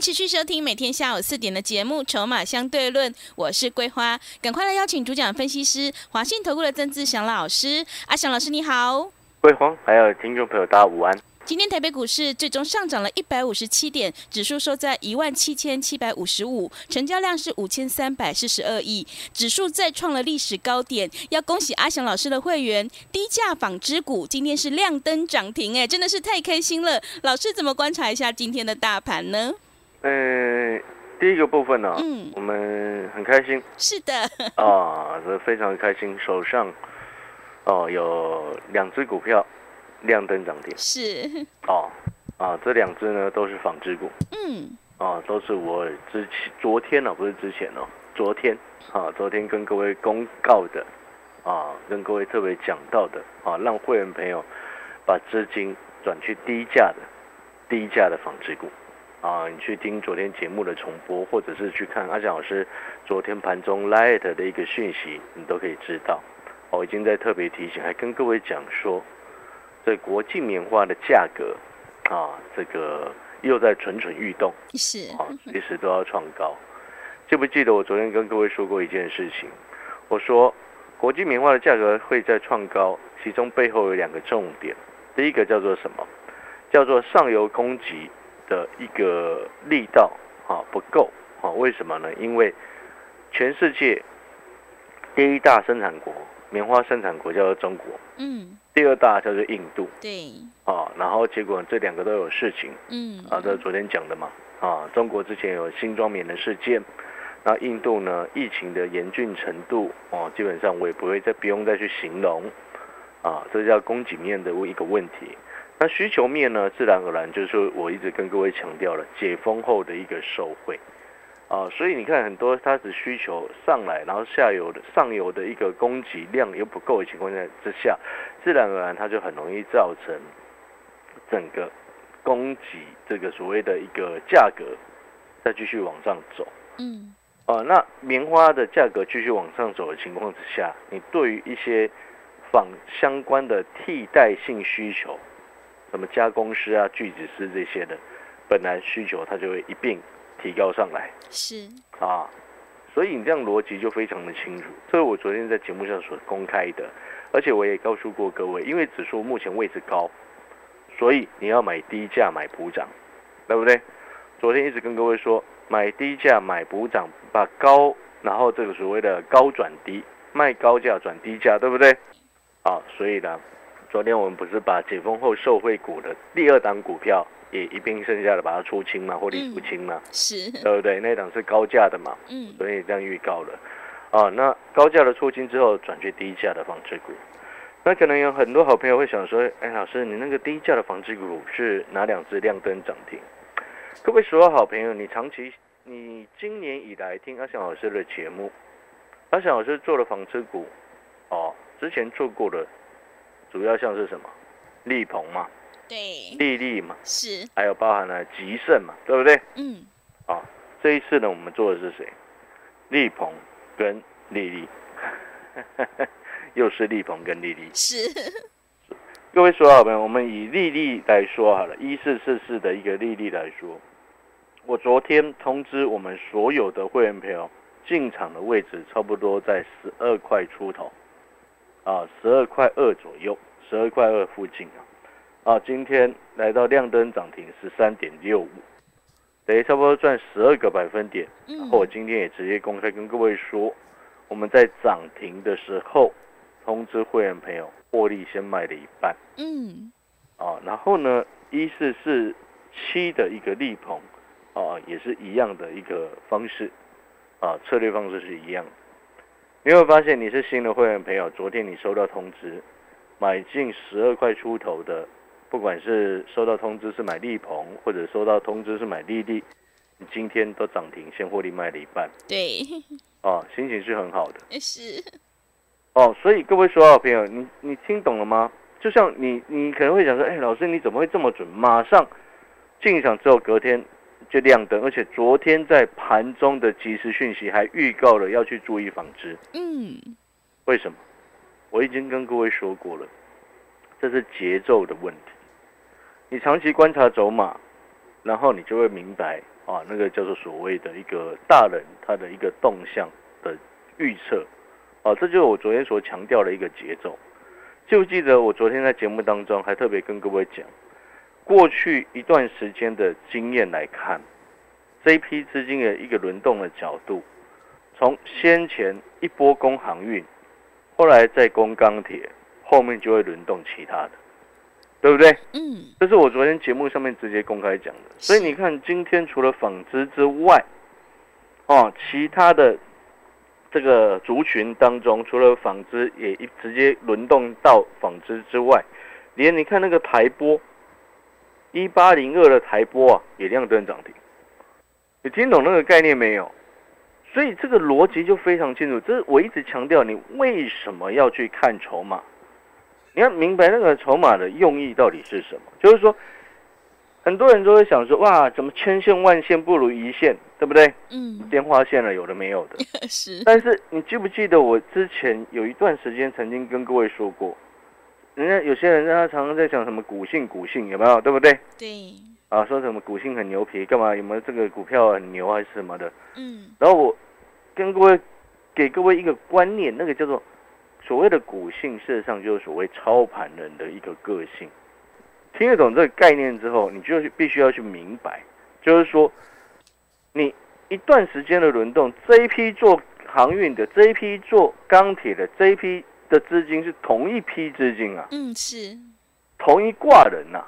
持续收听每天下午4点的节目《筹码相对论》，我是桂花，赶快来邀请主讲分析师华信投顾的曾志祥老师。阿祥老师你好。 桂花还有听众朋友大家午安。 今天台北股市最终上涨了157点，指数收在17755，成交量是5342亿，指数再创了历史高点。要恭喜阿翔老师的会员，低价纺织股今天是亮灯涨停，真的是太开心了。老师怎么观察一下今天的大盘呢？ 第一个部分呢，我们很开心。 是的。 这非常开心，手上有2只股票亮灯涨停。 是。 这2只呢都是纺织股。都是我昨天不是之前昨天跟各位公告的跟各位特别讲到的让会员朋友把资金转去低价的纺织股。你去听昨天节目的重播，或者是去看阿翔老师昨天盘中 Light 的一个讯息，你都可以知道。我已经在特别提醒，还跟各位讲说，这国际棉花的价格这个又在蠢蠢欲动， 是随时都要创高。记不记得我昨天跟各位说过一件事情？我说国际棉花的价格会在创高，其中背后有2个重点。第一个叫做什么？叫做上游供给的一个力道不够为什么呢？因为全世界第一大生产国棉花生产国叫做中国，第2大叫做印度， 对， 然后结果这2个都有事情，这是昨天讲的嘛，中国之前有新庄棉的事件，那印度呢疫情的严峻程度基本上我也不用再去形容，这叫供给面的一个问题。那需求面呢，自然而然就是我一直跟各位强调了解封后的一个受惠，所以你看很多它的需求上来，然后上游的一个供给量又不够的情况之下，自然而然它就很容易造成整个供给这个所谓的一个价格再继续往上走。那棉花的价格继续往上走的情况之下，你对于一些相关的替代性需求，什么加工师锯子师这些的，本来需求它就会一并提高上来。 是所以你这样逻辑就非常的清楚。这是我昨天在节目上所公开的，而且我也告诉过各位，因为指数目前位置高，所以你要买低价买补涨，对不对？昨天一直跟各位说，买低价买补涨，把高，然后这个所谓的高转低，卖高价转低价，对不对？所以呢，昨天我们不是把解封后受惠股的第2档股票也一并剩下的把它出清嘛，获利出清嘛， 是， 对不对？那档是高价的嘛，所以这样预告了。那高价的出清之后转去低价的纺织股，那可能有很多好朋友会想说，老师，你那个低价的纺织股是哪2只亮灯涨停？各位所有好朋友，你今年以来听阿翔老师的节目，阿翔老师做的纺织股，之前做过的主要像是什么？力鹏嘛， 对， 力立嘛， 是， 还有包含了吉盛嘛，对不对？这一次呢，我们做的是谁？力鹏跟力立，又是力鹏跟力立。 是。 各位所有好朋友，我们以力立来说好了，1444的一个力立来说，我昨天通知我们所有的会员朋友进场的位置差不多在12块出头，12块2左右，12块2附近今天来到亮灯涨停13.65，等于差不多赚12个百分点。然后我今天也直接公开跟各位说，我们在涨停的时候通知会员朋友获利先卖了一半。然后呢，1447的一个力鹏也是一样的一个方式策略方式是一样的。你会发现你是新的会员朋友，昨天你收到通知买进12块出头的，不管是收到通知是买力鹏，或者收到通知是买力立，你今天都涨停，先获利卖了一半。 对， 心情是很好的。 是。 所以各位所有好朋友，你听懂了吗？就像你可能会想说，老师你怎么会这么准？马上进场之后隔天就亮灯，而且昨天在盘中的即时讯息还预告了要去注意纺织。为什么？我已经跟各位说过了，这是节奏的问题。你长期观察走马，然后你就会明白那个叫做所谓的一个大人他的一个动向的预测，这就是我昨天所强调的一个节奏。记不记得我昨天在节目当中还特别跟各位讲，过去一段时间的经验来看，这一批资金的一个轮动的角度，从先前一波攻航运，后来再攻钢铁，后面就会轮动其他的，对不对？这是我昨天节目上面直接公开讲的。所以你看，今天除了纺织之外，其他的这个族群当中，除了纺织也直接轮动到纺织之外，连你看那个台玻1802的台玻也亮灯涨停。你听懂那个概念没有？所以这个逻辑就非常清楚。这是我一直强调，你为什么要去看筹码？你要明白那个筹码的用意到底是什么。就是说，很多人都会想说，哇，怎么千线万线不如一线，对不对？电话线了，有的没有的。 是。但是你记不记得我之前有一段时间曾经跟各位说过，有些人他常常在讲什么股性，有没有？对不对？ 对。 说什么股性很牛皮，干嘛？有没有这个股票很牛还是什么的？然后我跟各位给各位一个观念，那个叫做所谓的股性，事实上就是所谓操盘人的一个个性。听得懂这个概念之后，你就必须要去明白，就是说，你一段时间的轮动，这一批做航运的，这一批做钢铁的，这一批的资金是同一批资金啊， 是同一挂人呐，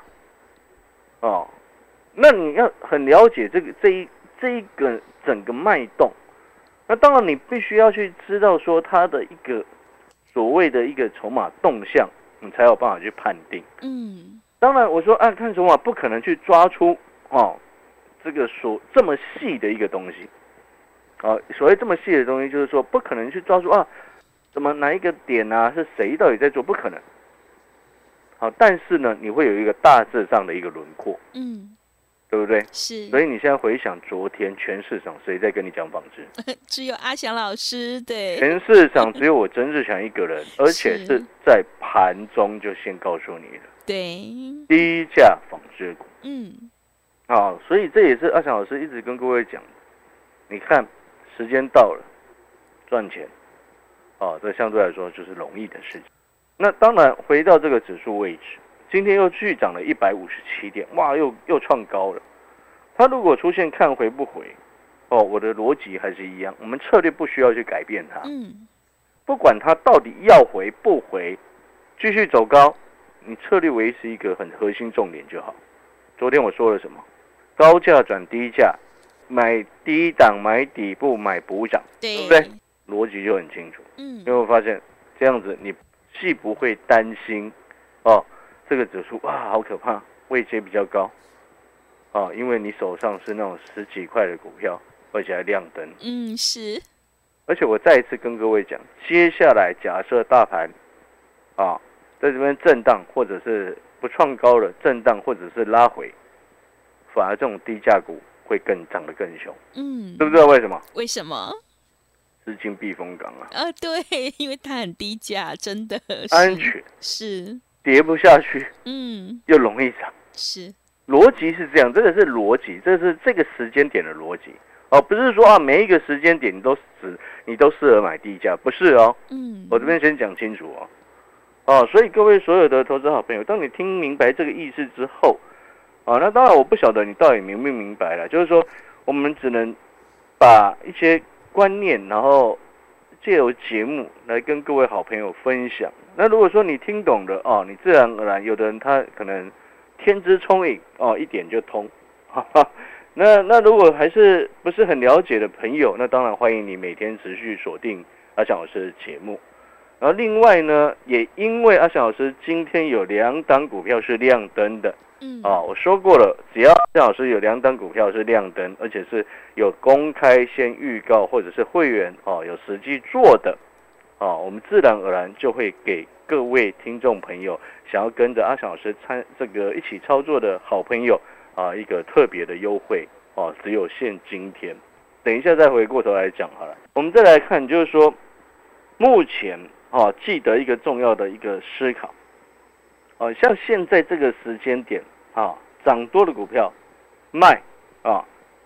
那你要很了解这一个整个脉动，那当然你必须要去知道说它的一个所谓的一个筹码动向，你才有办法去判定。当然我说看筹码不可能去抓出这个这么细的一个东西，所谓这么细的东西就是说不可能去抓出怎么哪一个点是谁到底在做，不可能。但是呢，你会有一个大致上的一个轮廓。对不对？ 是。 所以你现在回想昨天全市场谁在跟你讲纺织？ 只有阿翔老师，对。 全市场只有我曾志强一个人，而且是在盘中就先告诉你了。 对。 低价纺织股。所以这也是阿翔老师一直跟各位讲的。你看，时间到了，赚钱，这相对来说就是容易的事情。那当然，回到这个指数位置。今天又续涨了157点，哇，又创高了。它如果出现看回不回，我的逻辑还是一样，我们策略不需要去改变它。不管它到底要回不回，继续走高，你策略维持一个很核心重点就好。昨天我说了什么？高价转低价，买低档，买底部，买补涨，对不对？逻辑就很清楚。因为我发现这样子，你既不会担心这个指数好可怕，位阶比较高，因为你手上是那种10几块的股票，而且还亮灯。 是。 而且我再一次跟各位讲，接下来假设大盘在这边震荡，或者是不创高了，震荡或者是拉回，反而这种低价股会涨得更凶。知不知道为什么？ 为什么？ 资金避风港对，因为它很低价，真的安全是。 跌不下去，又容易涨， 是逻辑是这样，这个是逻辑，这是这个时间点的逻辑不是说每一个时间点你都适合买低价，不是我这边先讲清楚所以各位所有的投资好朋友，当你听明白这个意思之后那当然我不晓得你到底明不明白了，就是说我们只能把一些观念，然后借由节目来跟各位好朋友分享。那如果说你听懂了你自然而然，有的人他可能天资聪颖一点就通，那如果还是不是很了解的朋友，那当然欢迎你每天持续锁定阿翔老师的节目。然后另外呢，也因为阿翔老师今天有2档股票是亮灯的，我说过了，只要阿翔老师有2档股票是亮灯，而且是有公开先预告，或者是会员有实际做的。我们自然而然就会给各位听众朋友，想要跟着阿翔老师这个一起操作的好朋友一个特别的优惠只有限今天。等一下再回过头来讲好了。我们再来看，就是说目前记得一个重要的一个思考像现在这个时间点涨多的股票卖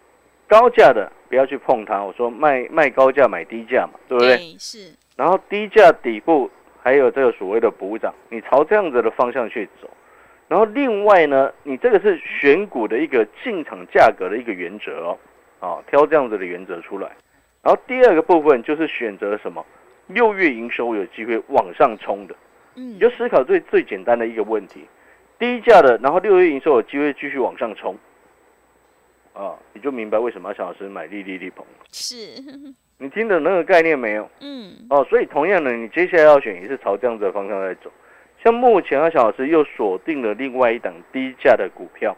高价的不要去碰它。我说卖高价买低价嘛，对不对？ 对，是。 然后低价底部还有这个所谓的补涨，你朝这样子的方向去走。然后另外呢，你这个是选股的一个进场价格的一个原则挑这样子的原则出来。然后第二个部分就是选择什么，6月营收有机会往上冲的，你就思考最简单的一个问题，低价的，然后6月营收有机会继续往上冲，你就明白为什么阿翔老师买利鹏。 是， 你听懂那个概念没有？所以同样的，你接下来要选也是朝这样子的方向在走。像目前阿翔老师又锁定了另外一档低价的股票，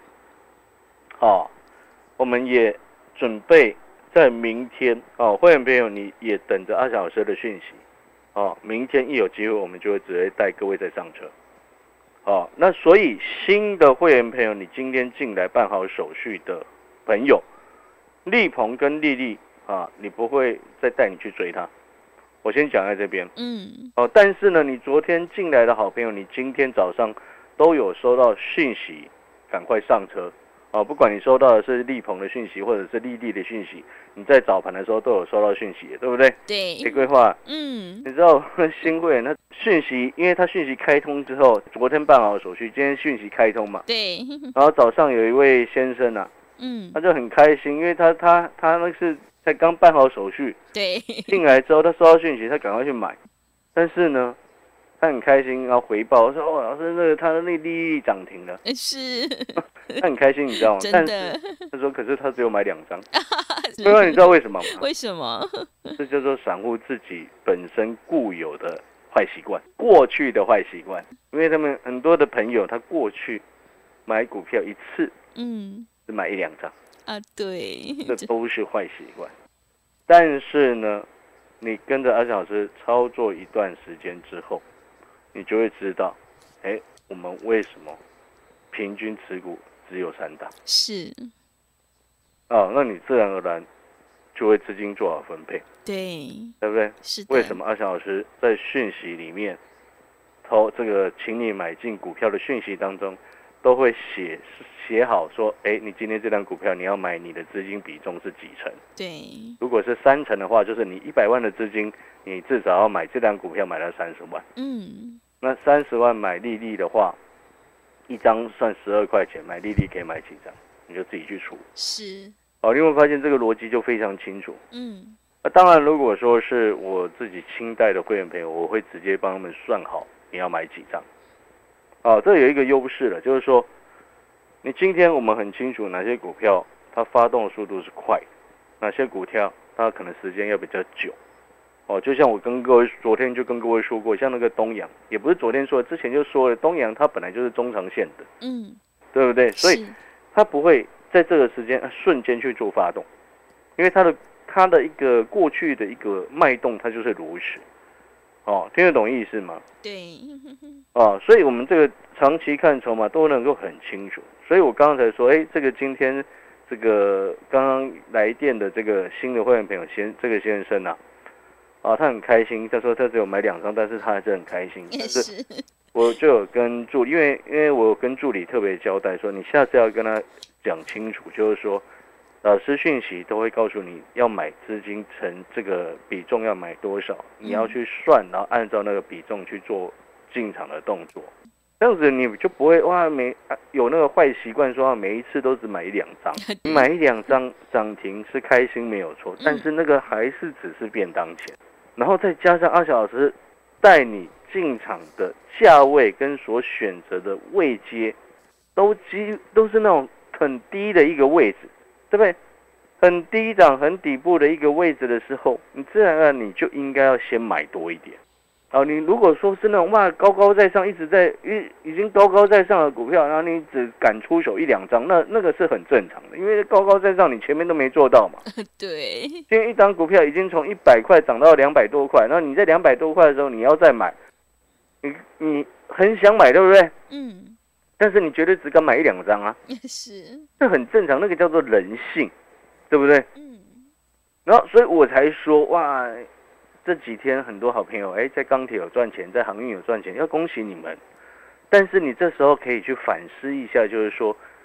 我们也准备在明天会员朋友你也等着阿翔老师的讯息，明天一有机会我们就会直接带各位再上车，那所以新的会员朋友，你今天进来办好手续的朋友，立鹏跟丽丽你不会再带你去追它。我先讲在这边，但是呢，你昨天进来的好朋友，你今天早上都有收到讯息，赶快上车，不管你收到的是立鹏的讯息，或者是丽丽的讯息，你在早盘的时候都有收到讯息，对不对？ 对。 玫瑰花，你知道新会员他讯息，因为他讯息开通之后，昨天办好手续，今天讯息开通嘛， 对。 然后早上有一位先生他就很开心，因为他那是才刚办好手续， 对， 进来之后他收到讯息，他赶快去买，但是呢，他很开心，然后回报说：“老师，那个他的那利率涨停了。” 是， 他很开心，你知道吗？ 真的。 但是他说：“可是他只有买2张。”因为你知道为什么吗？ 为什么？ 这叫做散户自己本身固有的坏习惯，过去的坏习惯。因为他们很多的朋友，他过去买股票一次，是买1-2张。 对， 这都是坏习惯。但是呢，你跟着阿翔老师操作一段时间之后，你就会知道，我们为什么平均持股只有3档？ 是。 那你自然而然就会资金做好分配，对不对？ 是的。 为什么阿翔老师在讯息里面，这个请你买进股票的讯息当中，都会写好说，你今天这档股票你要买，你的资金比重是几成？ 对。 如果是3成的话，就是你100万的资金，你至少要买这档股票买到30万。那30万买利率的话，一张算12块钱，买利率可以买几张？你就自己去除。 是。 你有没有发现这个逻辑就非常清楚？当然，如果说是我自己清代的会员朋友，我会直接帮他们算好你要买几张。这有一个优势了，就是说，你今天我们很清楚哪些股票它发动的速度是快，哪些股票它可能时间要比较久。就像我昨天就跟各位说过，像那个东阳，也不是昨天说的，之前就说了，东阳它本来就是中长线的，对不对？所以它不会在这个时间瞬间去做发动，因为它的一个过去的一个脉动，它就是如此。听得懂意思吗？ 对。 所以我们这个长期看筹码都能够很清楚。所以我刚才说，这个今天这个刚刚来电的这个新的会员朋友这个先生他很开心，他说他只有买2张，但是他还是很开心。但是我就有跟助理，因为我有跟助理特别交代说，你下次要跟他讲清楚，就是说老师讯息都会告诉你要买资金乘这个比重要买多少，你要去算，然后按照那个比重去做进场的动作，这样子你就不会有那个坏习惯说每一次都只买1-2张，你买1-2张涨停是开心没有错，但是那个还是只是便当钱，然后再加上阿翔老师带你进场的价位跟所选择的位阶都是那种很低的一个位置，对不对？很低档、很底部的一个位置的时候，你自然而然你就应该要先买多一点。你如果说是那种高高在上，已经高高在上的股票，然后你只敢出手1-2张，那个是很正常的，因为高高在上你前面都没做到嘛。 对。 今天一张股票已经从100块涨到200多块，然后你在200多块的时候你要再买，你很想买，对不对？但是你绝对只敢买1-2张啊。 是。 这很正常，那个叫做人性，对不对？然后所以我才说这几天很多好朋友在钢铁有赚钱，在航运有赚钱，要恭喜你们。但是你这时候可以去反思一下，就是说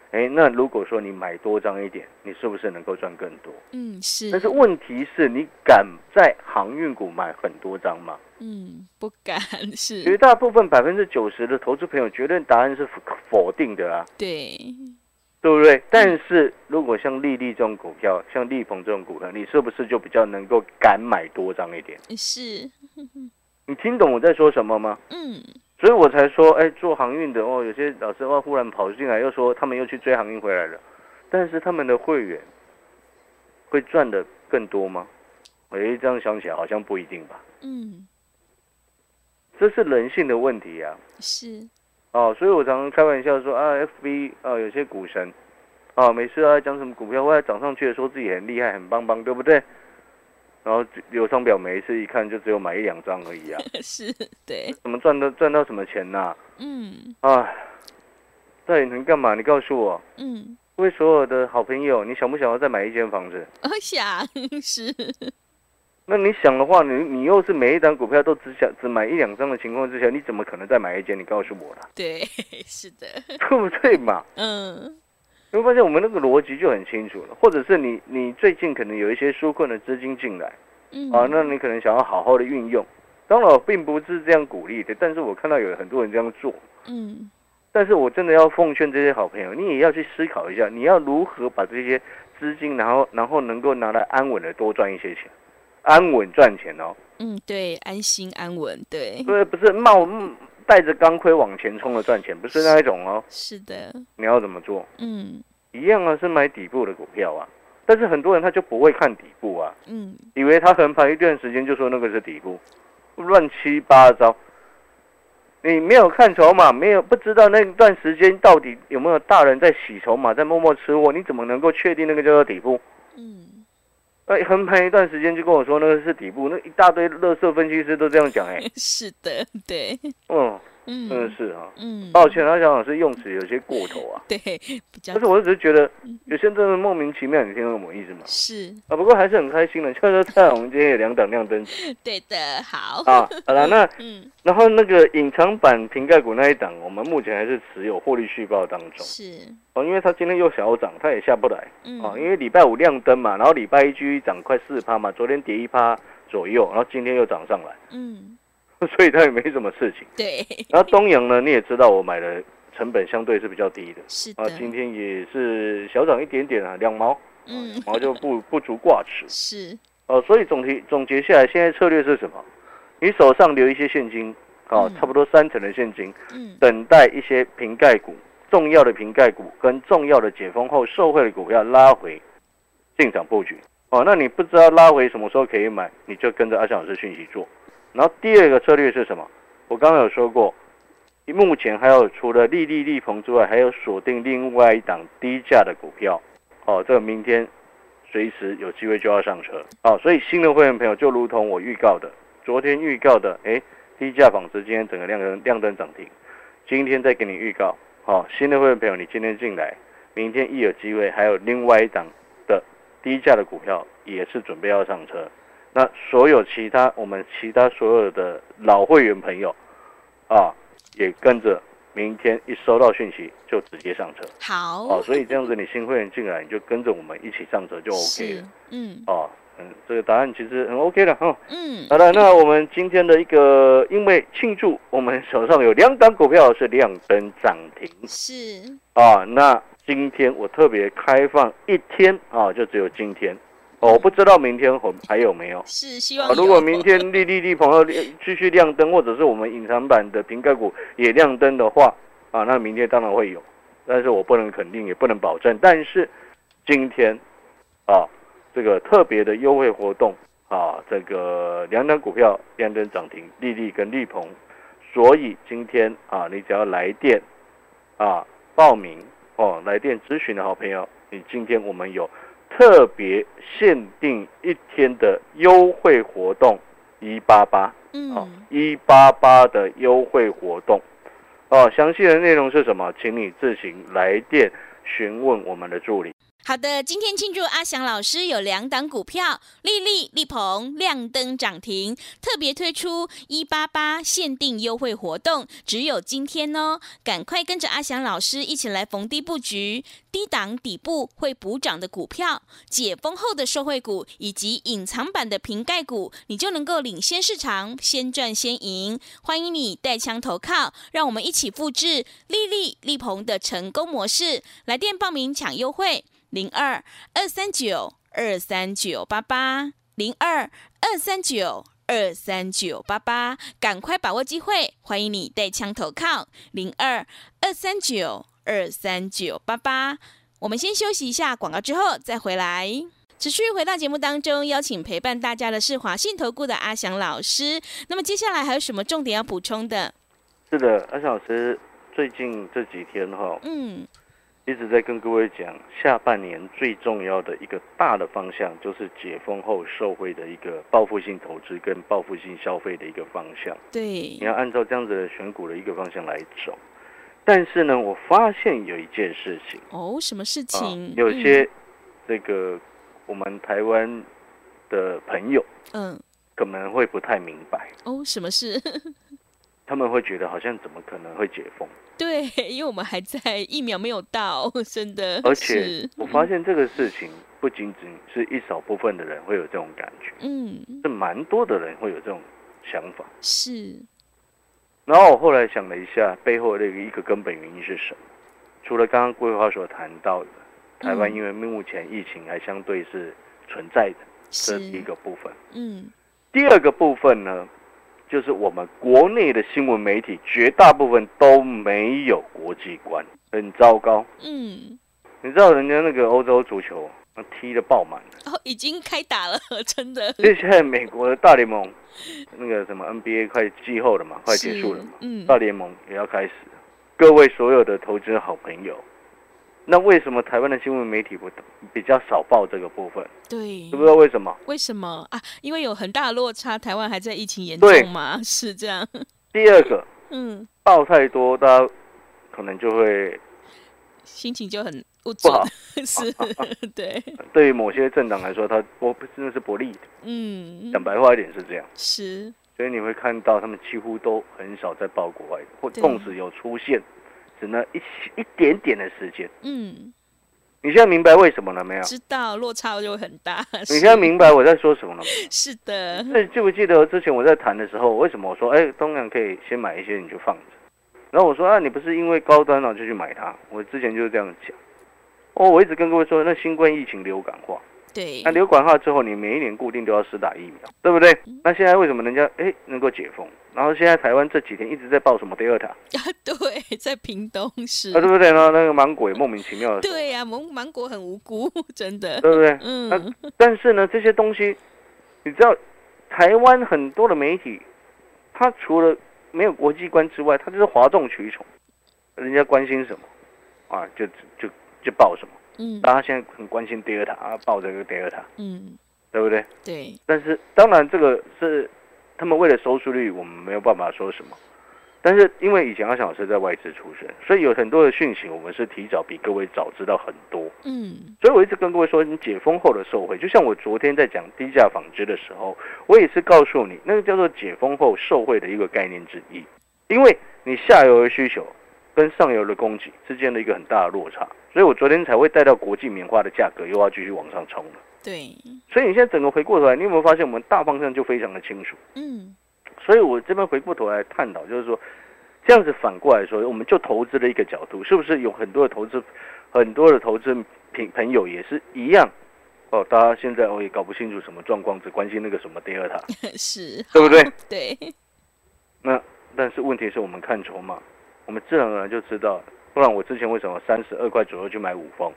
那如果说你买多张一点，你是不是能够赚更多？ 是。 但是问题是你敢在航运股买很多张吗？ 不敢，是。 绝大部分90%的投资朋友绝对答案是否定的啊。 对不对？但是如果像利率这种股票，像力鹏这种股票，你是不是就比较能够敢买多张一点？ 是。 你听懂我在说什么吗？所以我才说，做航运的有些老师忽然跑进来，又说他们又去追航运回来了，但是他们的会员会赚的更多吗？这样想起来好像不一定吧。这是人性的问题啊。 是。 所以我常常开玩笑说FB 有些股神每次讲什么股票，后来涨上去的说自己很厉害很棒棒，对不对？然后流程表每一次一看就只有买1-2张而已啊。 是，对。 怎么赚到什么钱呐？到底能干嘛？你告诉我。各位所有的好朋友，你想不想要再买一间房子？ 想，是。 那你想的话，你又是每一档股票都只买1-2张的情况之下，你怎么可能再买一间？你告诉我啦。 对，是的。 对不对嘛？你会发现我们那个逻辑就很清楚了，或者是你最近可能有一些纾困的资金进来，那你可能想要好好的运用。当然我并不是这样鼓励的，但是我看到有很多人这样做，但是我真的要奉劝这些好朋友，你也要去思考一下，你要如何把这些资金，然后能够拿来安稳的多赚一些钱，安稳赚钱哦。 对，安心安稳，对。 对，不是带着钢盔往前冲的赚钱，不是那一种哦。 是的。 你要怎么做？一样啊，是买底部的股票啊。但是很多人他就不会看底部啊，以为他横盘一段时间就说那个是底部，乱七八糟。你没有看筹码，不知道那段时间到底有没有大人在洗筹码，在默默吃货，你怎么能够确定那个叫做底部？横盘一段时间就跟我说那个是底部，那一大堆垃圾分析师都这样讲是的，对。 真的是抱歉，他讲老师用词有些过头啊。 对，比较。 但是我只是觉得有些真的莫名其妙，你听懂我意思吗？ 是。 不过还是很开心的，就是在我们今天有2档亮灯。 对的，好。 好了，那然后那个隐藏版瓶盖股那一档，我们目前还是持有获利续报当中。 是。 因为它今天又小涨，它也下不来。因为礼拜5亮灯嘛，然后礼拜1继续涨快4%嘛，昨天跌1%左右，然后今天又涨上来。所以它也没什么事情。 对。 然后东阳呢，你也知道我买的成本相对是比较低的。 是的。 今天也是小涨一点点2毛，2毛就不足挂齿。 是。 所以总结下来，现在策略是什么？你手上留一些现金，差不多3成的现金，等待一些瓶盖股、重要的瓶盖股跟重要的解封后受惠的股票拉回进场布局。那你不知道拉回什么时候可以买，你就跟着阿翔老师讯息做。然后第二个策略是什么？我刚刚有说过，目前还有除了力鹏之外，还有锁定另外一档低价的股票。这个明天随时有机会就要上车。所以新的会员朋友就如同我预告的，昨天预告的，低价纺织今天整个亮灯涨停。今天再给你预告，新的会员朋友你今天进来，明天一有机会，还有另外一档的低价的股票也是准备要上车。那我们其他所有的老会员朋友也跟着明天一收到讯息就直接上车。 好。 所以这样子你新会员进来，你就跟着我们一起上车就 OK 了。这个答案其实很 OK 了好了，那我们今天的因为庆祝我们手上有2档股票是亮灯涨停。 是。 那今天我特别开放1天就只有今天。我不知道明天还有没有， 是希望有。 如果明天力鹏要继续亮灯，或者是我们隐藏版的瓶盖股也亮灯的话，那明天当然会有，但是我不能肯定，也不能保证。但是今天这个特别的优惠活动这个2档股票亮灯涨停，力跟力鹏，所以今天你只要来电报名来电咨询的好朋友，你今天我们有特别限定1天的优惠活动，188，188的优惠活动，详细的内容是什么？请你自行来电询问我们的助理。 好的，今天庆祝阿翔老师有2档股票，立立、立鹏亮灯涨停，特别推出188限定优惠活动，只有今天哦！赶快跟着阿翔老师一起来逢低布局低档底部会补涨的股票，解封后的受惠股以及隐藏版的瓶盖股，你就能够领先市场，先赚先赢。欢迎你带枪投靠，让我们一起复制立立、立鹏的成功模式。来电报名抢优惠。02-239-23988，02-239-23988，赶快把握机会，欢迎你带枪投靠02-239-23988。我们先休息一下广告，之后再回来。持续回到节目当中，邀请陪伴大家的是华信投顾的阿翔老师。那么接下来还有什么重点要补充的？ 是的，阿翔老师最近这几天一直在跟各位讲，下半年最重要的一个大的方向，就是解封后受惠的一个报复性投资跟报复性消费的一个方向。 对， 你要按照这样子的选股的一个方向来走。但是呢，我发现有一件事情。 什么事情？ 有些这个我们台湾的朋友，可能会不太明白。 什么事？ 他们会觉得好像怎么可能会解封？对， 因为我们还在疫苗没有到，真的。 而且我发现这个事情不仅仅是一少部分的人会有这种感觉，是蛮多的人会有这种想法。 是。 然后我后来想了一下，背后的一个根本原因是什么？除了刚刚规划所谈到的，台湾因为目前疫情还相对是存在的，这是第一个部分。第二个部分呢？就是我们国内的新闻媒体绝大部分都没有国际观，很糟糕。你知道人家那个欧洲足球踢得爆满了， 已经开打了，真的。 所以现在美国的大联盟那个什么 NBA 快季后了嘛，快结束了嘛，大联盟也要开始了。各位所有的投资好朋友，那为什么台湾的新闻媒体比较少报这个部分？ 对， 知不知道为什么？ 为什么啊？因为有很大的落差，台湾还在疫情严重嘛，是这样。 第二个，报太多，大家可能就会心情就很不好。 是，对。 对于某些政党来说，它真的是不利的。讲白话一点是这样。 是。 所以你会看到他们几乎都很少在报国外的，或纵使有出现。只那一点点的时间，你现在明白为什么了没有？ 知道，落差就很大。 你现在明白我在说什么了吗？ 是的。 那记不记得之前我在谈的时候，为什么我说，东阳可以先买一些，你就放着。然后我说，你不是因为高端就去买它？我之前就是这样讲。我一直跟各位说，那新冠疫情流感化。 对。 那流感化之后，你每一年固定都要施打疫苗，对不对？那现在为什么人家能够解封？然后现在台湾这几天一直在报什么第二塔？ 对，在屏东市。 对不对呢？那个芒果也莫名其妙的。 对呀，芒果很无辜，真的。 对不对？但是呢，这些东西，你知道，台湾很多的媒体，它除了没有国际观之外，它就是哗众取宠，人家关心什么就报什么。大家现在很关心第二塔报这个第二塔。对不对？ 对。 但是当然，这个是他们为了收视率，我们没有办法说什么。但是因为以前阿翔老师在外资出身，所以有很多的讯息我们是提早比各位早知道很多。所以我一直跟各位说，你解封后的受惠，就像我昨天在讲低价纺织的时候，我也是告诉你，那个叫做解封后受惠的一个概念之一。因为你下游的需求跟上游的供给之间的一个很大的落差，所以我昨天才会带到国际棉花的价格又要继续往上冲了。 对， 所以你现在整个回过头来，你有没有发现我们大方向就非常的清楚？所以我这边回过头来探讨，就是说，这样子反过来说，我们就投资的一个角度，是不是有很多的投资朋友也是一样？大家现在也搞不清楚什么状况，只关心那个什么第二塔， 是， 对不对？ 对。 那但是问题是我们看筹码，我们自然而然就知道。不然我之前为什么32块左右去买五丰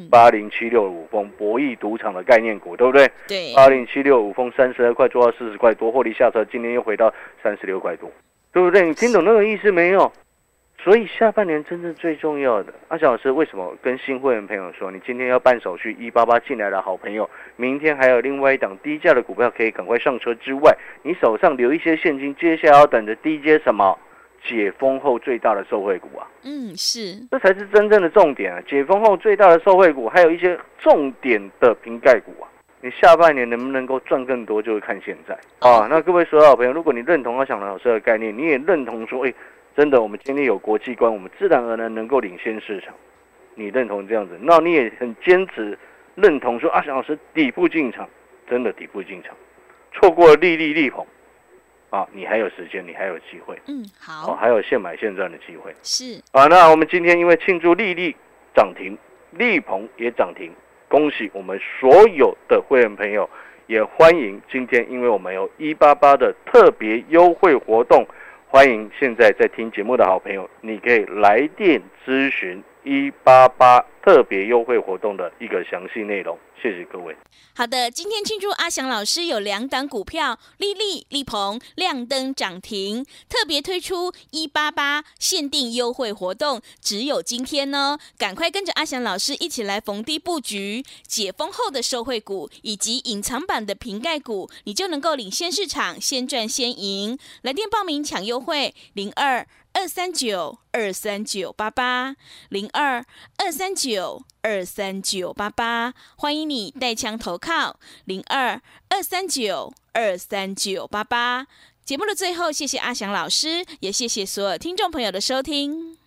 ？8076五丰博弈赌场的概念股，对不对？ 对。 8076五丰32块做到40块多，获利下车，今天又回到36块多，对不对？你听懂那个意思没有？所以下半年真正最重要的，阿翔老师为什么跟新会员朋友说，你今天要办手续188进来的好朋友，明天还有另外一档低价的股票可以赶快上车之外，你手上留一些现金，接下来要等着低阶什么？ 解封后最大的受惠股啊。 是， 这才是真正的重点啊！解封后最大的受惠股，还有一些重点的瓶盖股啊。你下半年能不能够赚更多，就会看现在啊。那各位所有好朋友，如果你认同阿翔老师的概念，你也认同说，真的，我们今天有国际观，我们自然而然能够领先市场。你认同这样子，那你也很坚持认同说，阿翔老师底部进场，真的底部进场，错过了力鹏啊，你还有时间，你还有机会。 好， 还有现买现赚的机会。 是啊，那我们今天因为庆祝力涨停，力鹏也涨停。恭喜我们所有的会员朋友，也欢迎今天，因为我们有188的特别优惠活动，欢迎现在在听节目的好朋友，你可以来电咨询188特别优惠活动的一个详细内容。谢谢各位。 好的，今天庆祝阿翔老师有2档股票力鹏亮灯涨停，特别推出188限定优惠活动，只有今天哦！赶快跟着阿翔老师一起来逢低布局解封后的受惠股以及隐藏版的瓶盖股，你就能够领先市场，先赚先赢。来电报名抢优惠02-239-23988，02-239-23988，欢迎你带枪投靠02-239-23988。节目的最后，谢谢阿翔老师，也谢谢所有听众朋友的收听。